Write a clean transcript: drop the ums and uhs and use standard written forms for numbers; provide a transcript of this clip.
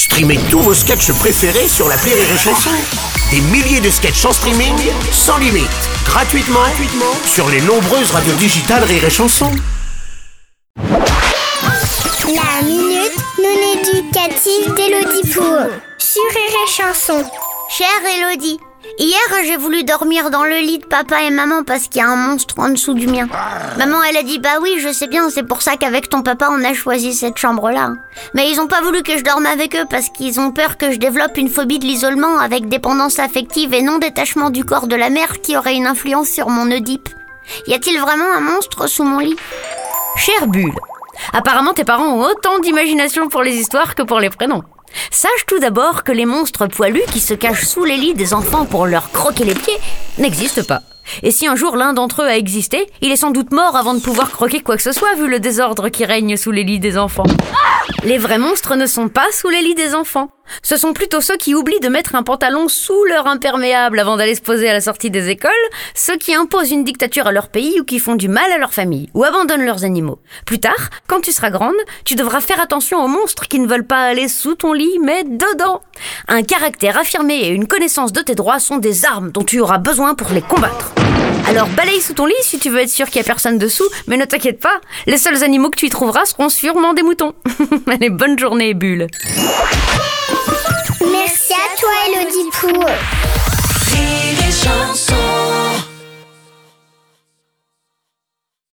Streamez tous vos sketchs préférés sur l'appli Rire et Chanson. Des milliers de sketchs en streaming, sans limite, gratuitement sur les nombreuses radios digitales Rire et Chanson. La minute non éducative d'Élodie Pour sur Rire et Chanson. Chère Élodie, hier j'ai voulu dormir dans le lit de papa et maman parce qu'il y a un monstre en dessous du mien. Maman elle a dit bah oui je sais bien, c'est pour ça qu'avec ton papa on a choisi cette chambre-là. Mais ils ont pas voulu que je dorme avec eux parce qu'ils ont peur que je développe une phobie de l'isolement avec dépendance affective et non détachement du corps de la mère qui aurait une influence sur mon Oedipe. Y a-t-il vraiment un monstre sous mon lit ? Chère Bulle, apparemment tes parents ont autant d'imagination pour les histoires que pour les prénoms. Sache tout d'abord que les monstres poilus qui se cachent sous les lits des enfants pour leur croquer les pieds n'existent pas. Et si un jour l'un d'entre eux a existé, il est sans doute mort avant de pouvoir croquer quoi que ce soit vu le désordre qui règne sous les lits des enfants. Les vrais monstres ne sont pas sous les lits des enfants. Ce sont plutôt ceux qui oublient de mettre un pantalon sous leur imperméable avant d'aller se poser à la sortie des écoles, ceux qui imposent une dictature à leur pays ou qui font du mal à leur famille, ou abandonnent leurs animaux. Plus tard, quand tu seras grande, tu devras faire attention aux monstres qui ne veulent pas aller sous ton lit, mais dedans. Un caractère affirmé et une connaissance de tes droits sont des armes dont tu auras besoin pour les combattre. Alors balaye sous ton lit si tu veux être sûr qu'il n'y a personne dessous, mais ne t'inquiète pas, les seuls animaux que tu y trouveras seront sûrement des moutons. Allez, bonne journée, Bulle. Merci à toi Élodie Pour.